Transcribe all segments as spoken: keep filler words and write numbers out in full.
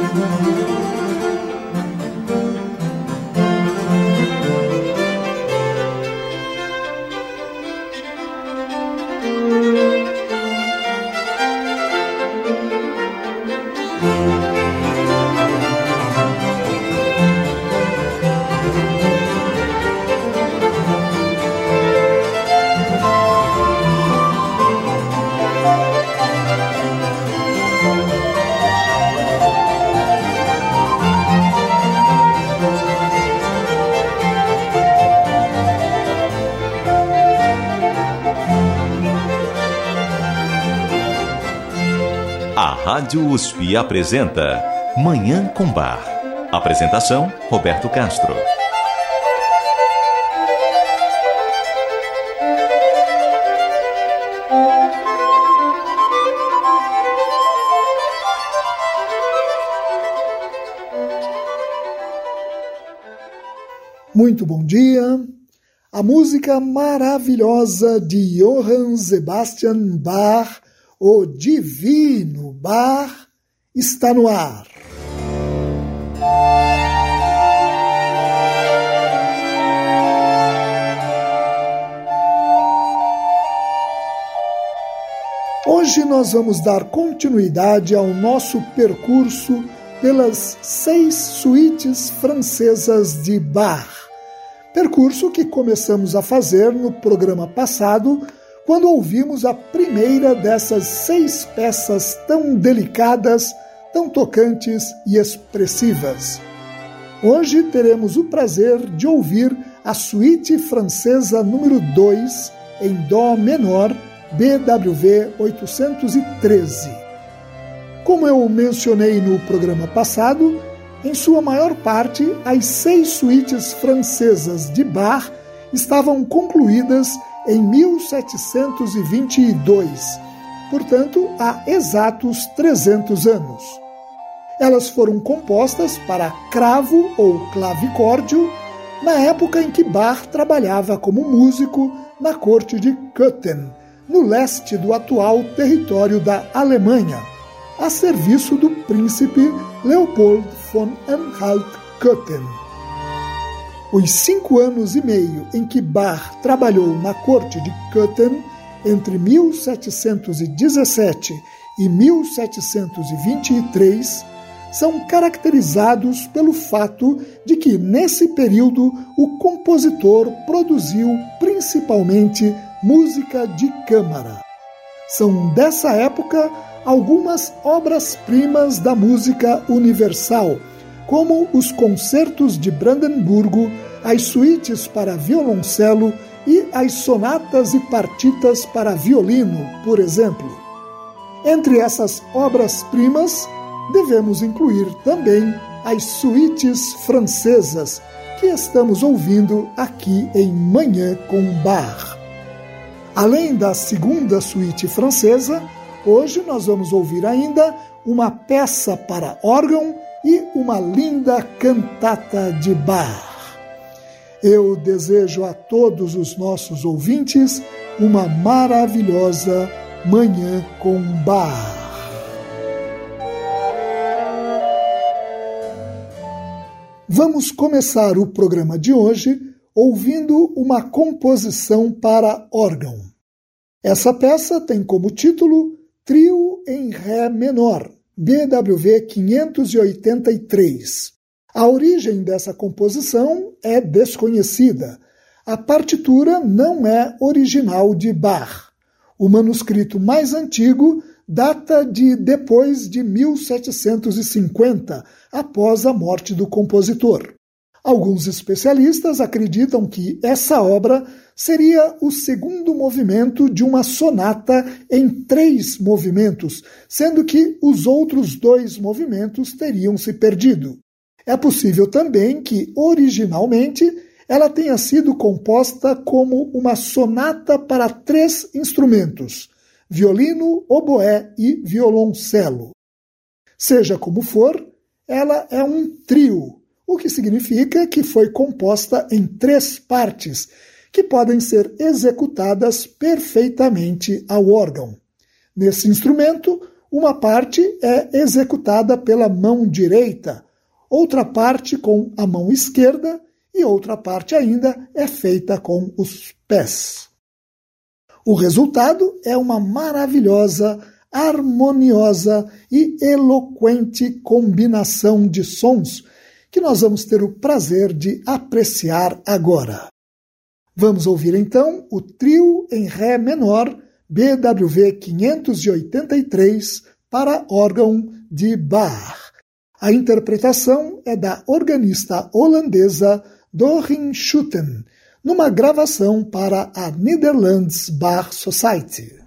Rádio U S P apresenta Manhã com Bar. Apresentação, Roberto Castro. Muito bom dia. A música maravilhosa de Johann Sebastian Bach, o Divino Bach, está no ar. Hoje nós vamos dar continuidade ao nosso percurso pelas seis suítes francesas de Bach. Percurso que começamos a fazer no programa passado, quando ouvimos a primeira dessas seis peças tão delicadas, tão tocantes e expressivas. Hoje teremos o prazer de ouvir a suíte francesa número dois, em Dó menor, B W V oitocentos e treze. Como eu mencionei no programa passado, em sua maior parte, as seis suítes francesas de Bach estavam concluídas em mil setecentos e vinte e dois, portanto, há exatos trezentos anos. Elas foram compostas para cravo ou clavicórdio na época em que Bach trabalhava como músico na corte de Köthen, no leste do atual território da Alemanha, a serviço do príncipe Leopold von Anhalt-Köthen. Os cinco anos e meio em que Bach trabalhou na corte de Köthen, entre mil setecentos e dezessete e mil setecentos e vinte e três, são caracterizados pelo fato de que, nesse período, o compositor produziu principalmente música de câmara. São dessa época algumas obras-primas da música universal, como os concertos de Brandemburgo, as suítes para violoncelo e as sonatas e partitas para violino, por exemplo. Entre essas obras-primas, devemos incluir também as suítes francesas, que estamos ouvindo aqui em Manhã com Bach. Além da segunda suíte francesa, hoje nós vamos ouvir ainda uma peça para órgão e uma linda cantata de Bach. Eu desejo a todos os nossos ouvintes uma maravilhosa Manhã com Bach. Vamos começar o programa de hoje ouvindo uma composição para órgão. Essa peça tem como título Trio em Ré menor, B W V quinhentos e oitenta e três. A origem dessa composição é desconhecida. A partitura não é original de Bach. O manuscrito mais antigo data de depois de mil setecentos e cinquenta, após a morte do compositor. Alguns especialistas acreditam que essa obra seria o segundo movimento de uma sonata em três movimentos, sendo que os outros dois movimentos teriam se perdido. É possível também que, originalmente, ela tenha sido composta como uma sonata para três instrumentos: violino, oboé e violoncelo. Seja como for, ela é um trio, o que significa que foi composta em três partes, que podem ser executadas perfeitamente ao órgão. Nesse instrumento, Uma parte é executada pela mão direita, outra parte com a mão esquerda e outra parte ainda é feita com os pés. O resultado é uma maravilhosa, harmoniosa e eloquente combinação de sons que nós vamos ter o prazer de apreciar agora. Vamos ouvir então o trio em Ré menor B W V quinhentos e oitenta e três para órgão de Bach. A interpretação é da organista holandesa Doreen Schutten, numa gravação para a Netherlands Bach Society.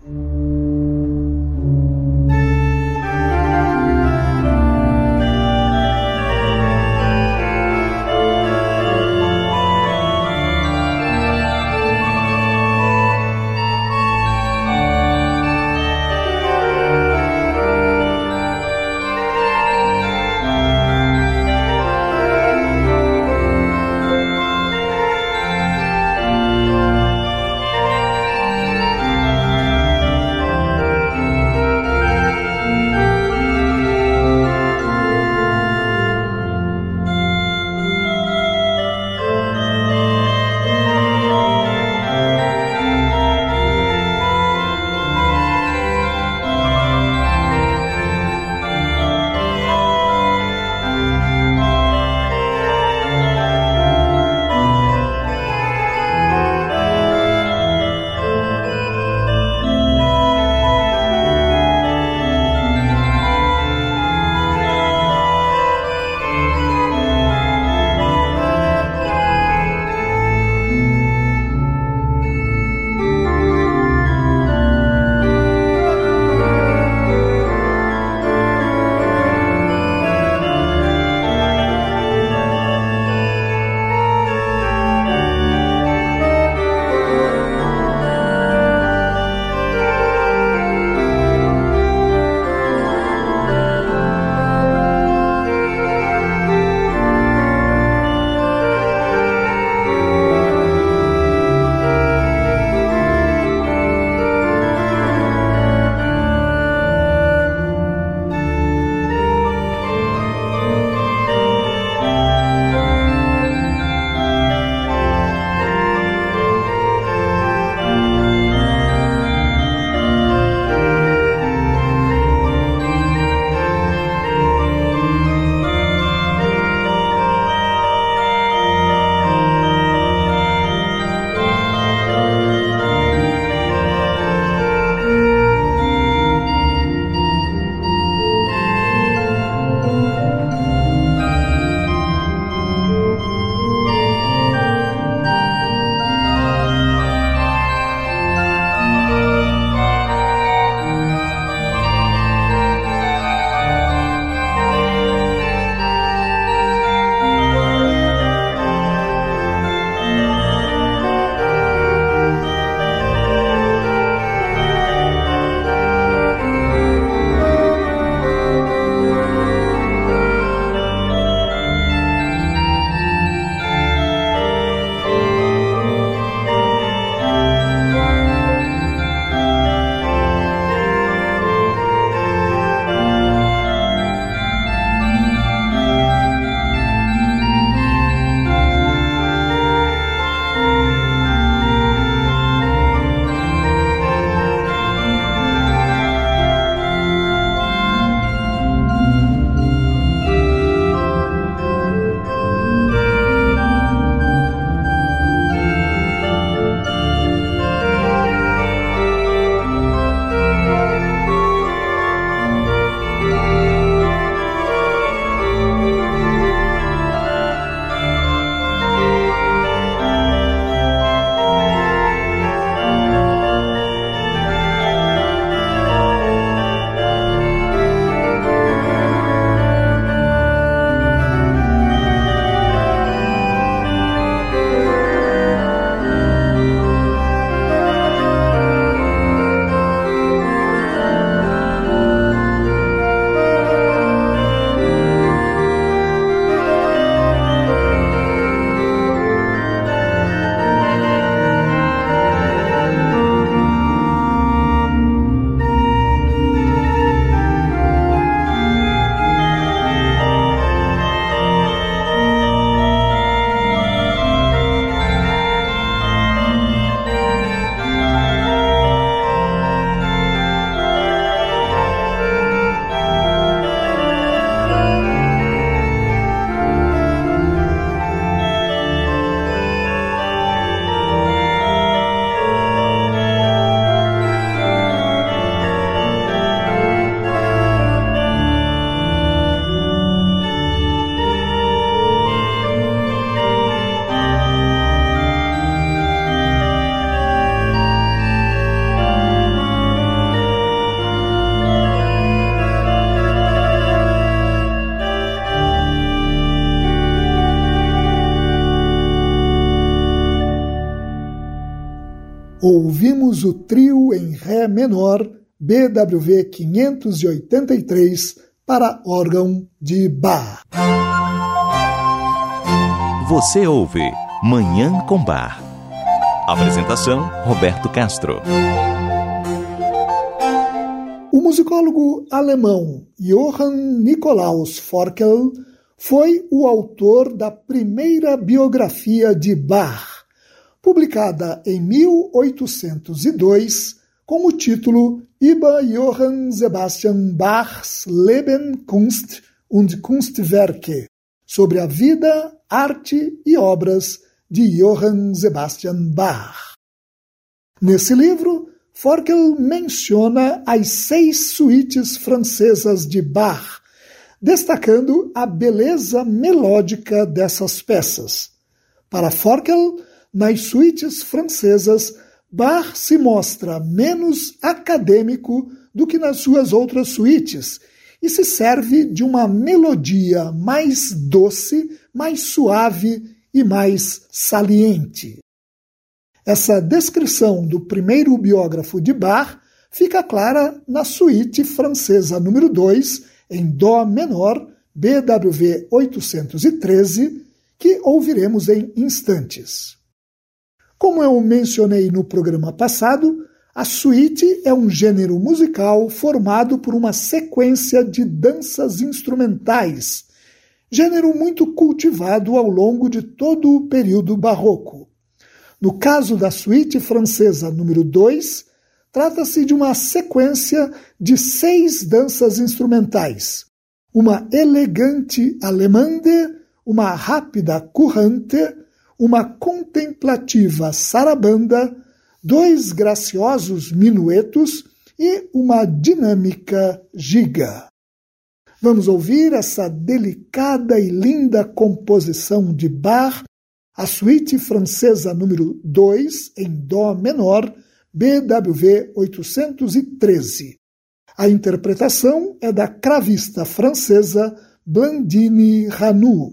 Ouvimos o trio em Ré menor, B W V quinhentos e oitenta e três, para órgão de Bach. Você ouve Manhã com Bar. Apresentação, Roberto Castro. O musicólogo alemão Johann Nikolaus Forkel foi o autor da primeira biografia de Bach, publicada em mil oitocentos e dois com o título Über Johann Sebastian Bachs Leben, Kunst und Kunstwerke, sobre a vida, arte e obras de Johann Sebastian Bach. Nesse livro, Forkel menciona as seis suítes francesas de Bach, destacando a beleza melódica dessas peças. Para Forkel, nas suítes francesas, Bach se mostra menos acadêmico do que nas suas outras suítes e se serve de uma melodia mais doce, mais suave e mais saliente. Essa descrição do primeiro biógrafo de Bach fica clara na suíte francesa número dois, em Dó menor, B W V oitocentos e treze, que ouviremos em instantes. Como eu mencionei no programa passado, a suíte é um gênero musical formado por uma sequência de danças instrumentais, gênero muito cultivado ao longo de todo o período barroco. No caso da suíte francesa número dois, trata-se de uma sequência de seis danças instrumentais, uma elegante allemande, uma rápida courante, uma contemplativa sarabanda, dois graciosos minuetos e uma dinâmica giga. Vamos ouvir essa delicada e linda composição de Bach, a suíte francesa número dois, em Dó menor, B W V oitocentos e treze. A interpretação é da cravista francesa Blandine Ranoux.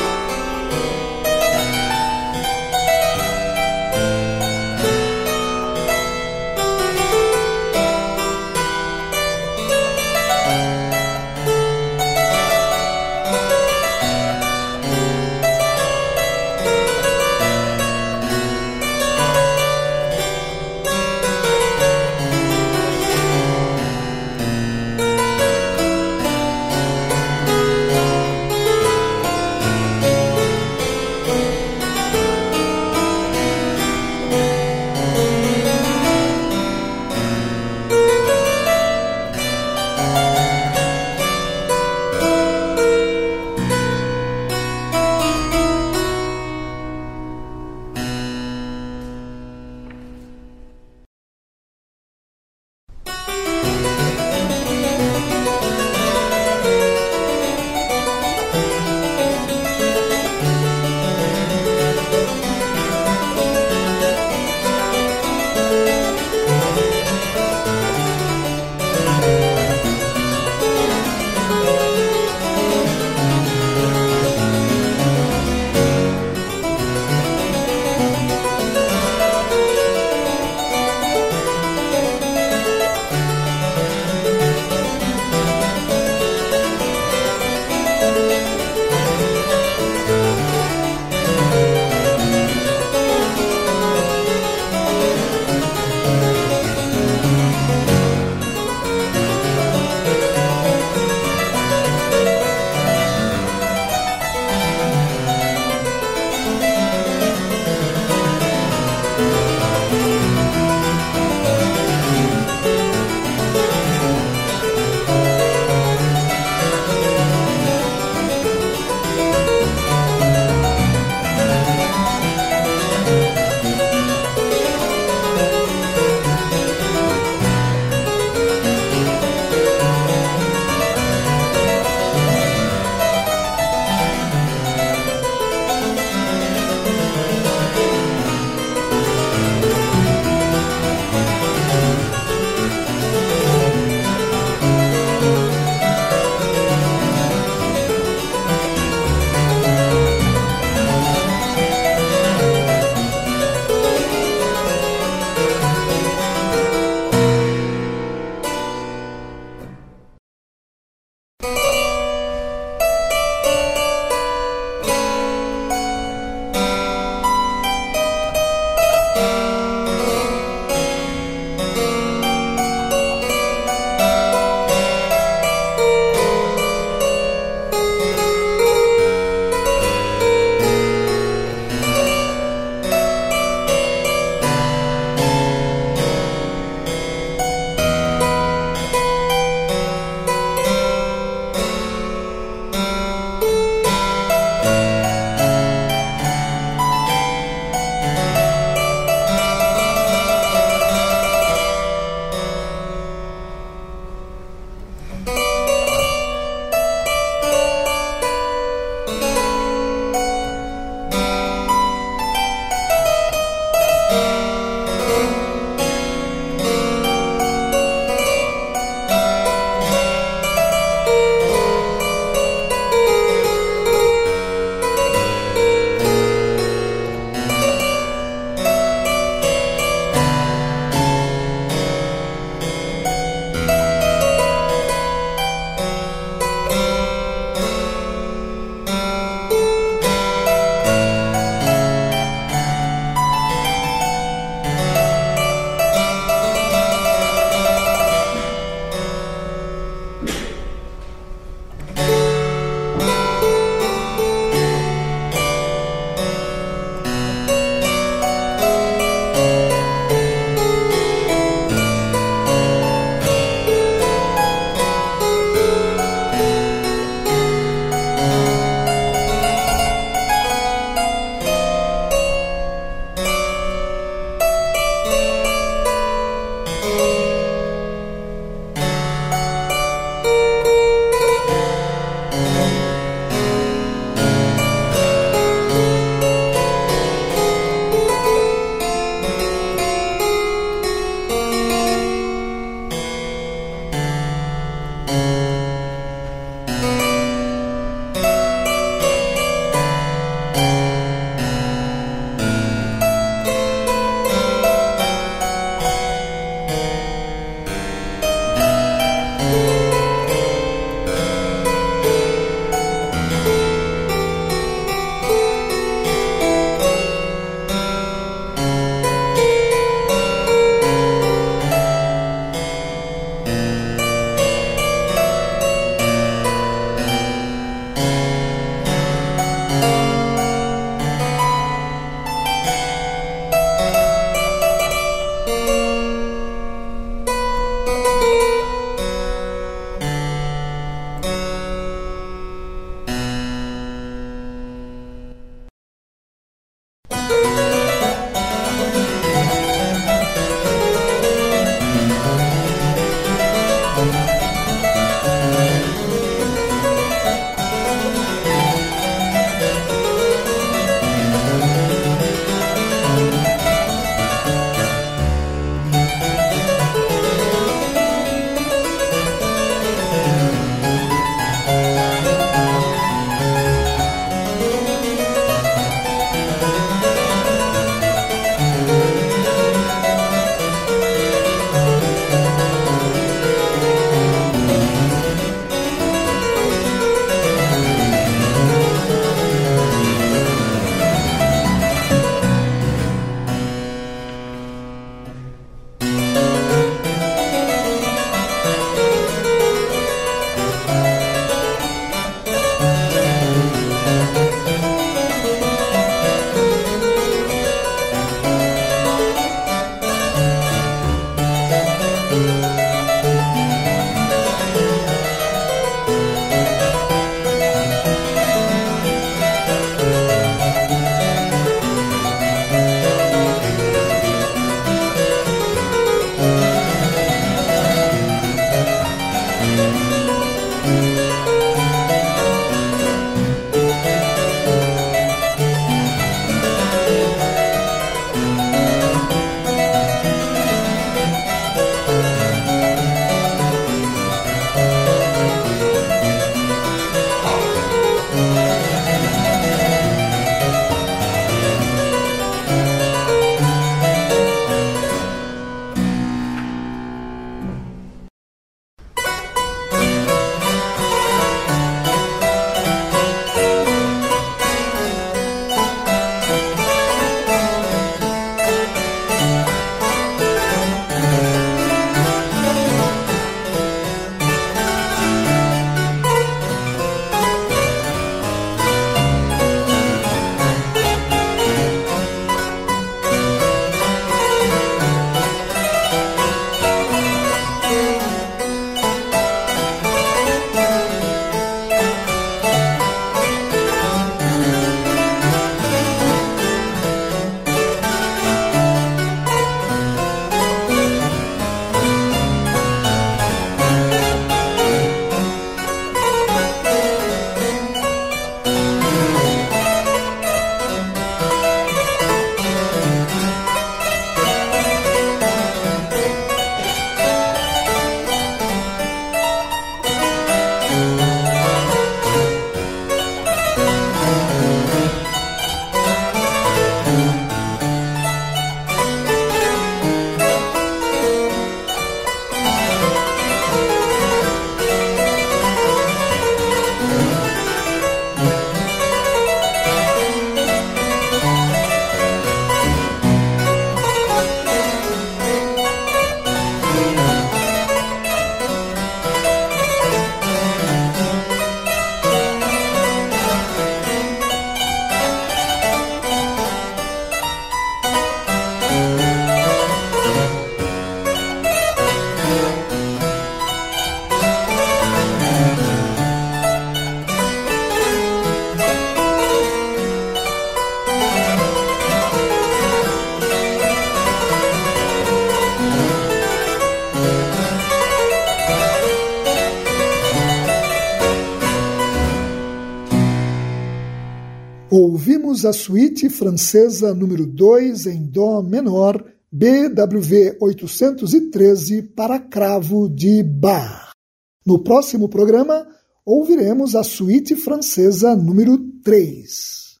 Ouvimos a suíte francesa número dois em Dó menor, B W V oitocentos e treze, para cravo de Bach. No próximo programa, ouviremos a suíte francesa número três.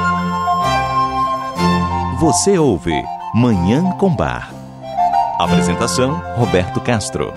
Você ouve Manhã com Bar. Apresentação, Roberto Castro.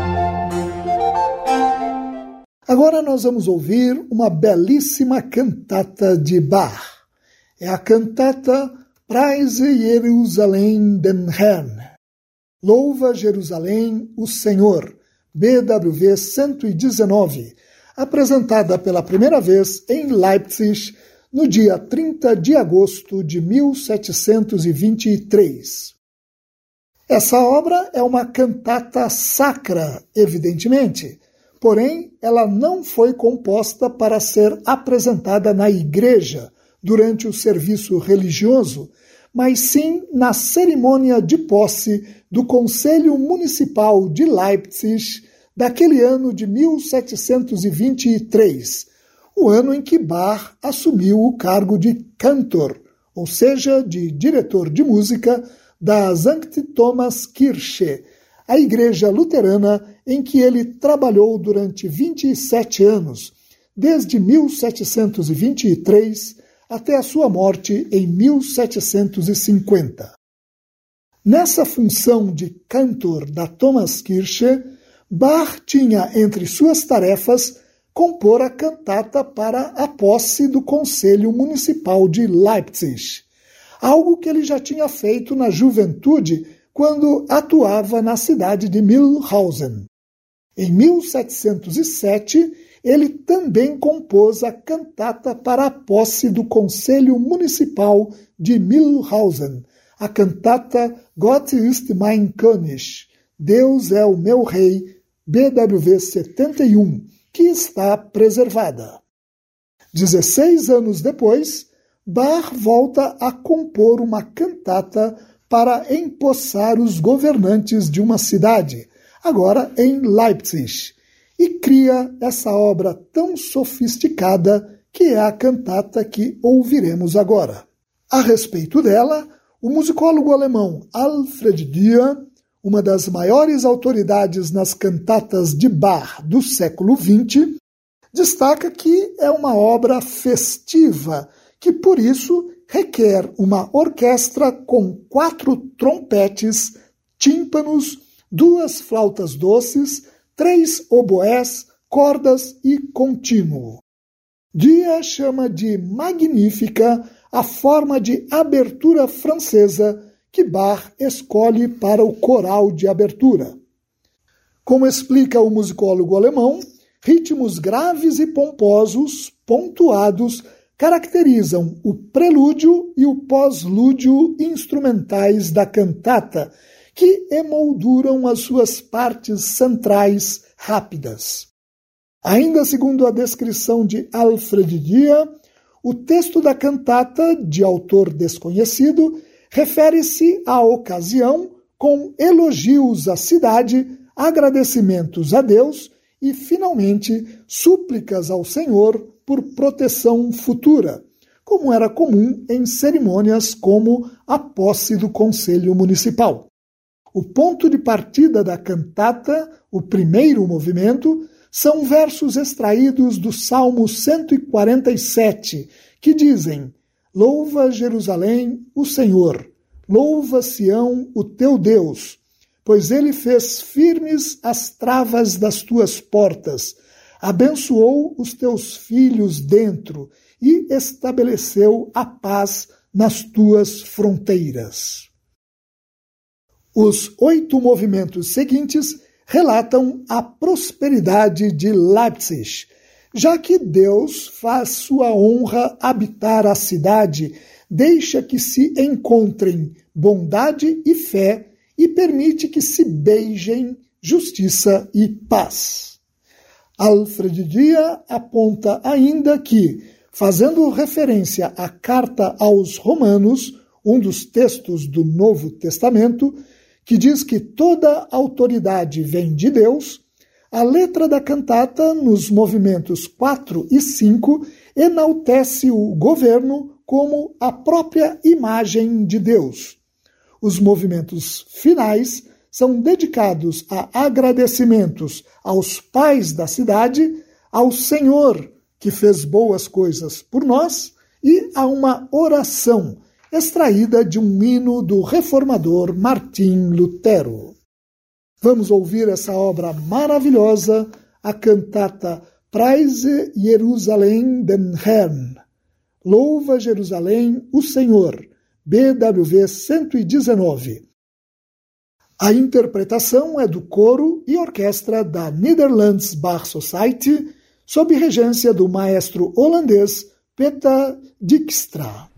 Agora nós vamos ouvir uma belíssima cantata de Bach. É a cantata Preise Jerusalem den Herrn. Louva Jerusalém, o Senhor, B W V cento e dezenove, apresentada pela primeira vez em Leipzig no dia trinta de agosto de mil setecentos e vinte e três. Essa obra é uma cantata sacra, evidentemente, porém ela não foi composta para ser apresentada na igreja durante o serviço religioso, mas sim na cerimônia de posse do Conselho Municipal de Leipzig daquele ano de mil setecentos e vinte e três, o ano em que Bach assumiu o cargo de cantor, ou seja, de diretor de música da Sankt Thomas Kirche, a igreja luterana em que ele trabalhou durante vinte e sete anos, desde mil setecentos e vinte e três até a sua morte em mil setecentos e cinquenta. Nessa função de cantor da Thomas Kirche, Bach tinha entre suas tarefas compor a cantata para a posse do Conselho Municipal de Leipzig, algo que ele já tinha feito na juventude quando atuava na cidade de Mühlhausen. Em mil setecentos e sete, ele também compôs a cantata para a posse do Conselho Municipal de Mühlhausen, a cantata Gott ist mein König, Deus é o meu rei, B W V setenta e um, que está preservada. Dezesseis anos depois, Bach volta a compor uma cantata para empossar os governantes de uma cidade, agora em Leipzig, e cria essa obra tão sofisticada que é a cantata que ouviremos agora. A respeito dela, o musicólogo alemão Alfred Dürer, uma das maiores autoridades nas cantatas de Bach do século vinte, destaca que é uma obra festiva, que por isso requer uma orquestra com quatro trompetes, tímpanos, duas flautas doces, três oboés, cordas e contínuo. Dürer chama de magnífica a forma de abertura francesa que Bach escolhe para o coral de abertura. Como explica o musicólogo alemão, ritmos graves e pomposos, pontuados, caracterizam o prelúdio e o pós-lúdio instrumentais da cantata, que emolduram as suas partes centrais rápidas. Ainda segundo a descrição de Alfred Dürer, o texto da cantata, de autor desconhecido, refere-se à ocasião com elogios à cidade, agradecimentos a Deus e, finalmente, súplicas ao Senhor por proteção futura, como era comum em cerimônias como a posse do Conselho Municipal. O ponto de partida da cantata, o primeiro movimento, são versos extraídos do Salmo cento e quarenta e sete, que dizem: Louva Jerusalém, o Senhor, louva Sião, o teu Deus, pois ele fez firmes as travas das tuas portas, abençoou os teus filhos dentro e estabeleceu a paz nas tuas fronteiras. Os oito movimentos seguintes relatam a prosperidade de Leipzig, já que Deus faz sua honra habitar a cidade, deixa que se encontrem bondade e fé e permite que se beijem justiça e paz. Alfred Dürer aponta ainda que, fazendo referência à carta aos Romanos, um dos textos do Novo Testamento, que diz que toda autoridade vem de Deus, a letra da cantata, nos movimentos quatro e cinco, enaltece o governo como a própria imagem de Deus. Os movimentos finais são dedicados a agradecimentos aos pais da cidade, ao Senhor, que fez boas coisas por nós, e a uma oração extraída de um hino do reformador Martim Lutero. Vamos ouvir essa obra maravilhosa, a cantata Preise Jerusalem den Herrn. Louva Jerusalém, o Senhor, B W V cento e dezenove. A interpretação é do coro e orquestra da Netherlands Bach Society, sob regência do maestro holandês Peter Dijkstra.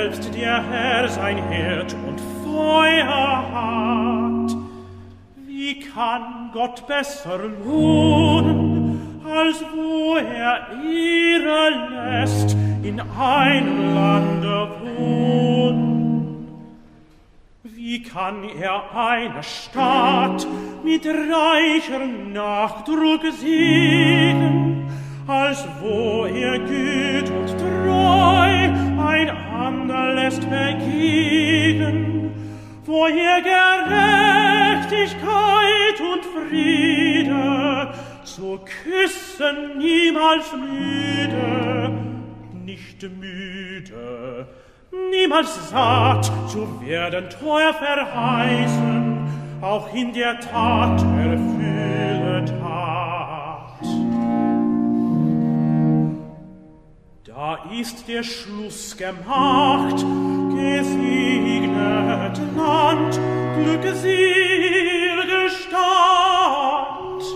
selbst der Herr sein Herd und Feuer hat. Wie kann Gott besser lohnen, als wo er Ehre lässt in einem Lande wohnen? Wie kann er eine Stadt mit reicher Nachdruck segnen, als wo er Güt und Treu einander lässt begegnen, wo er Gerechtigkeit und Friede zu küssen niemals müde, nicht müde, niemals satt zu werden teuer verheißen, auch in der Tat erfüllet hat. Da ist der Schluss gemacht, gesegnet Land, glückselige Stadt.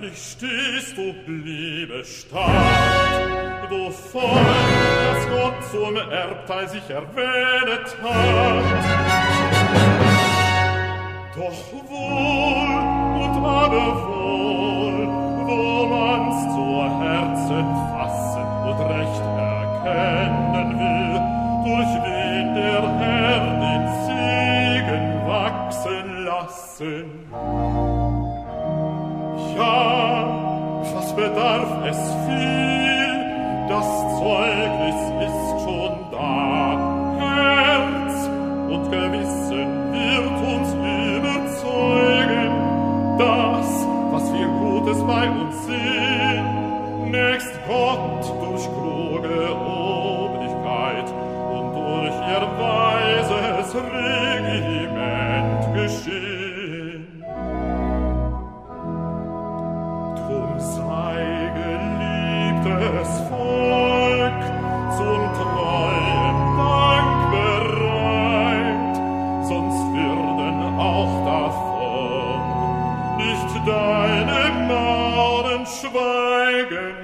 herrlich stehst du, liebe Stadt, du Volk, das Gott zum Erbteil sich erwählet hat. Doch wohl und aber wohl, wo man's zu Herzen fassen und recht erkennen will, durch wen der Herr den Segen wachsen lassen. Ja, was bedarf es viel, das Zeugnis ist schon da. Herz und Gewissen wird uns überzeugen, das, was wir Gutes bei uns sehen, nächst Gott durch kluge Obrigkeit und durch ihr weises Regiment geschehen. Drum sei geliebtes Volk zum treuen Dank bereit, sonst würden auch davon nicht deine Mauern schweigen.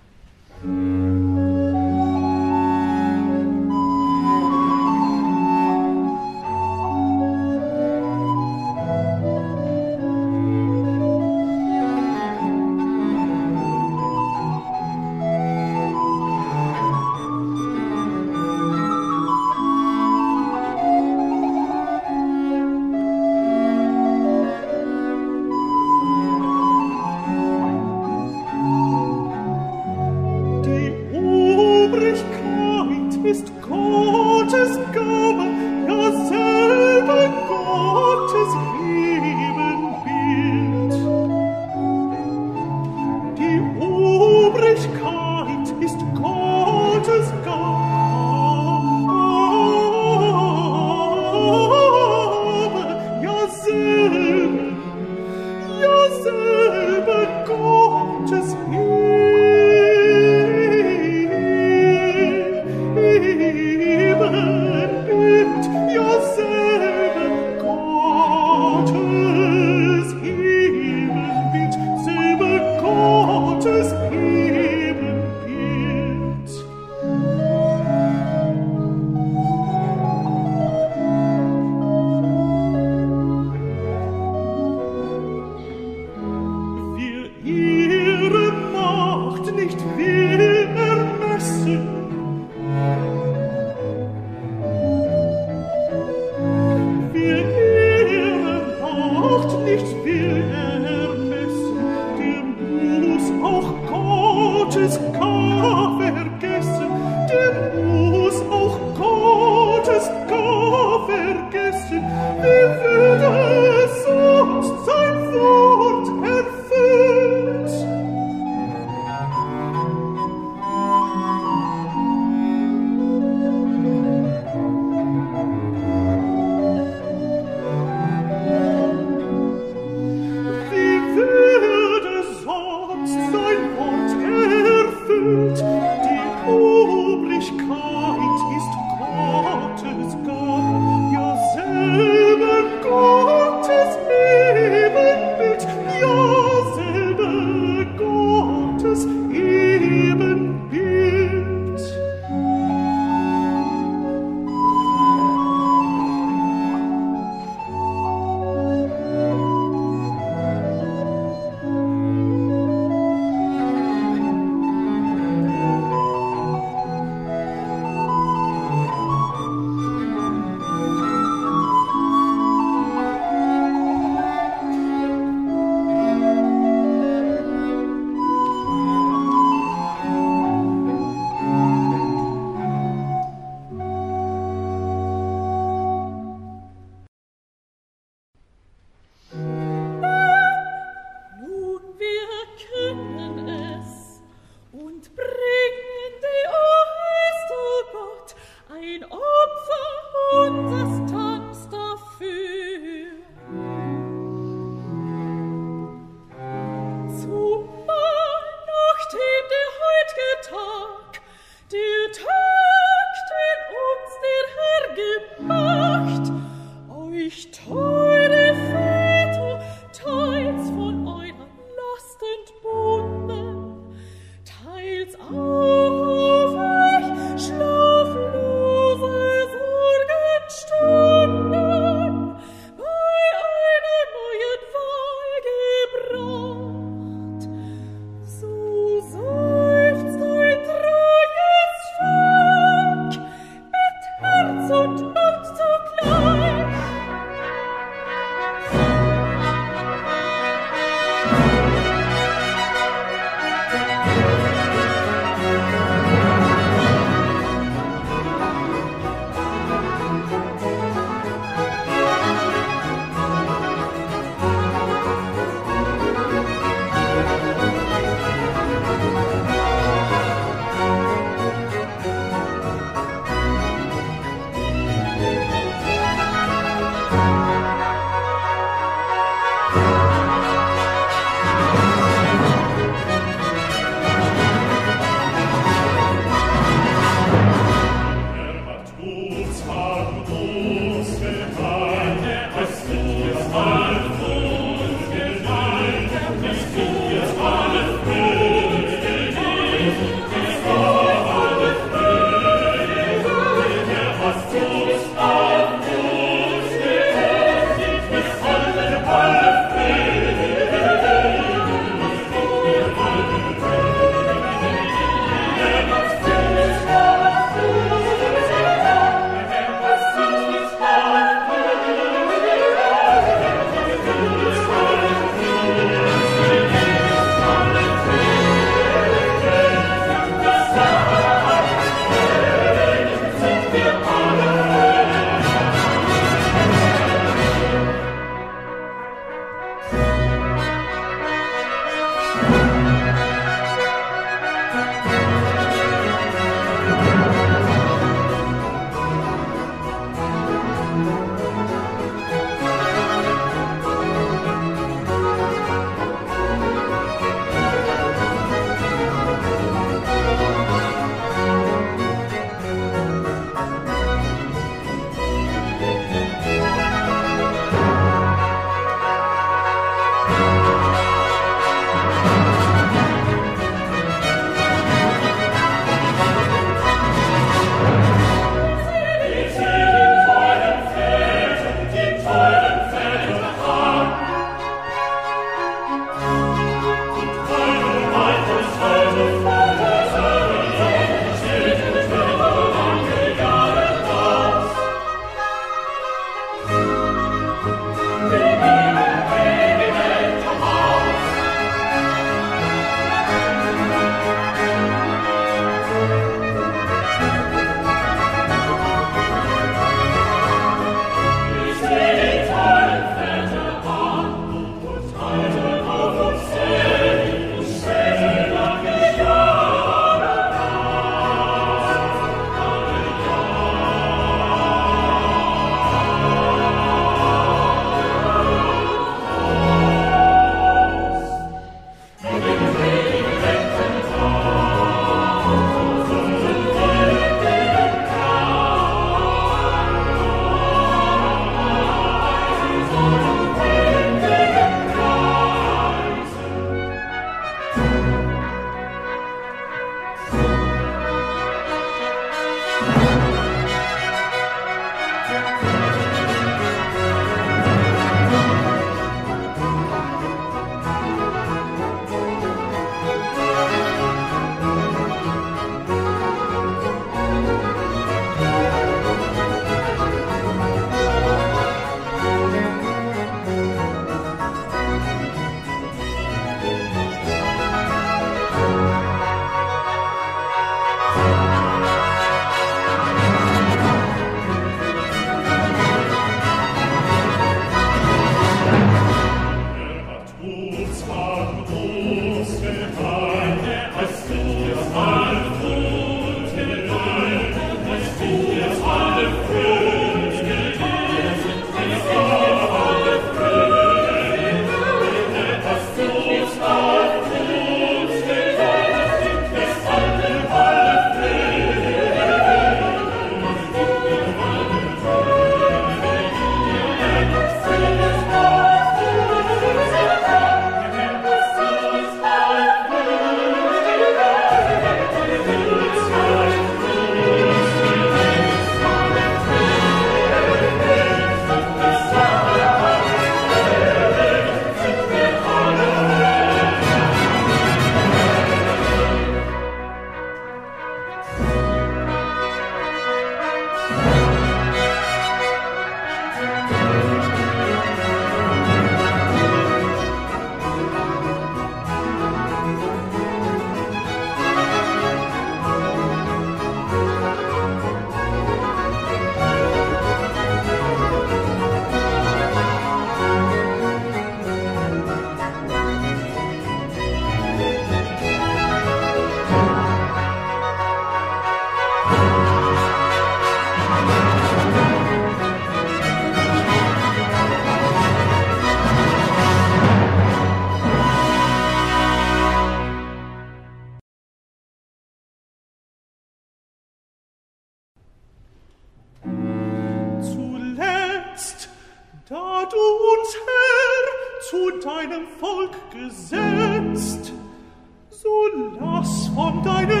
Da du uns, Herr, zu deinem Volk gesetzt, so lass von deinen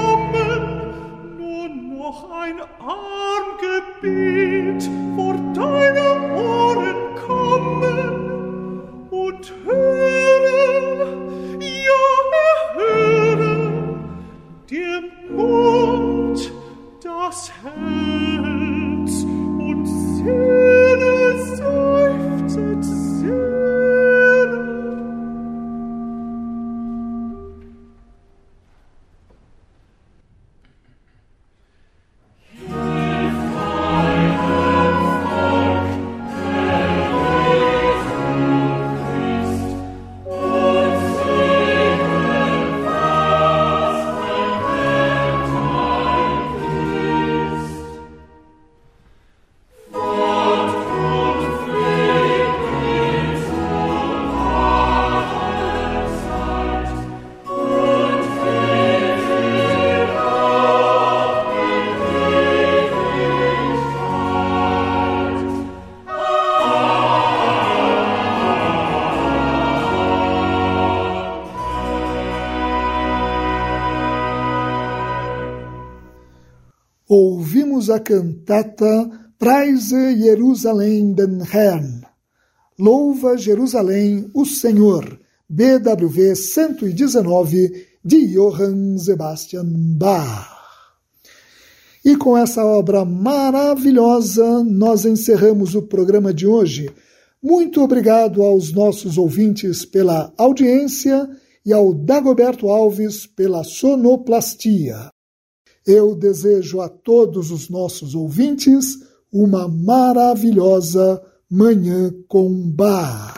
Frommen nur noch ein Armgebet vor deine Ohren kommen und höre, ja, erhöre dem Mund das Herz und Seele seufzet Seele. Ouvimos a cantata Preise Jerusalem den Herrn, Louva Jerusalém o Senhor, B W V cento e dezenove, de Johann Sebastian Bach. E com essa obra maravilhosa, nós encerramos o programa de hoje. Muito obrigado aos nossos ouvintes pela audiência e ao Dagoberto Alves pela sonoplastia. Eu desejo a todos os nossos ouvintes uma maravilhosa Manhã com Bach.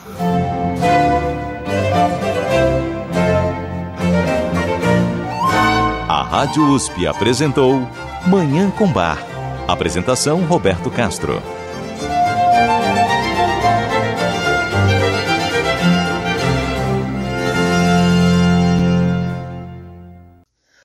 A Rádio U S P apresentou Manhã com Bach. Apresentação Roberto Castro.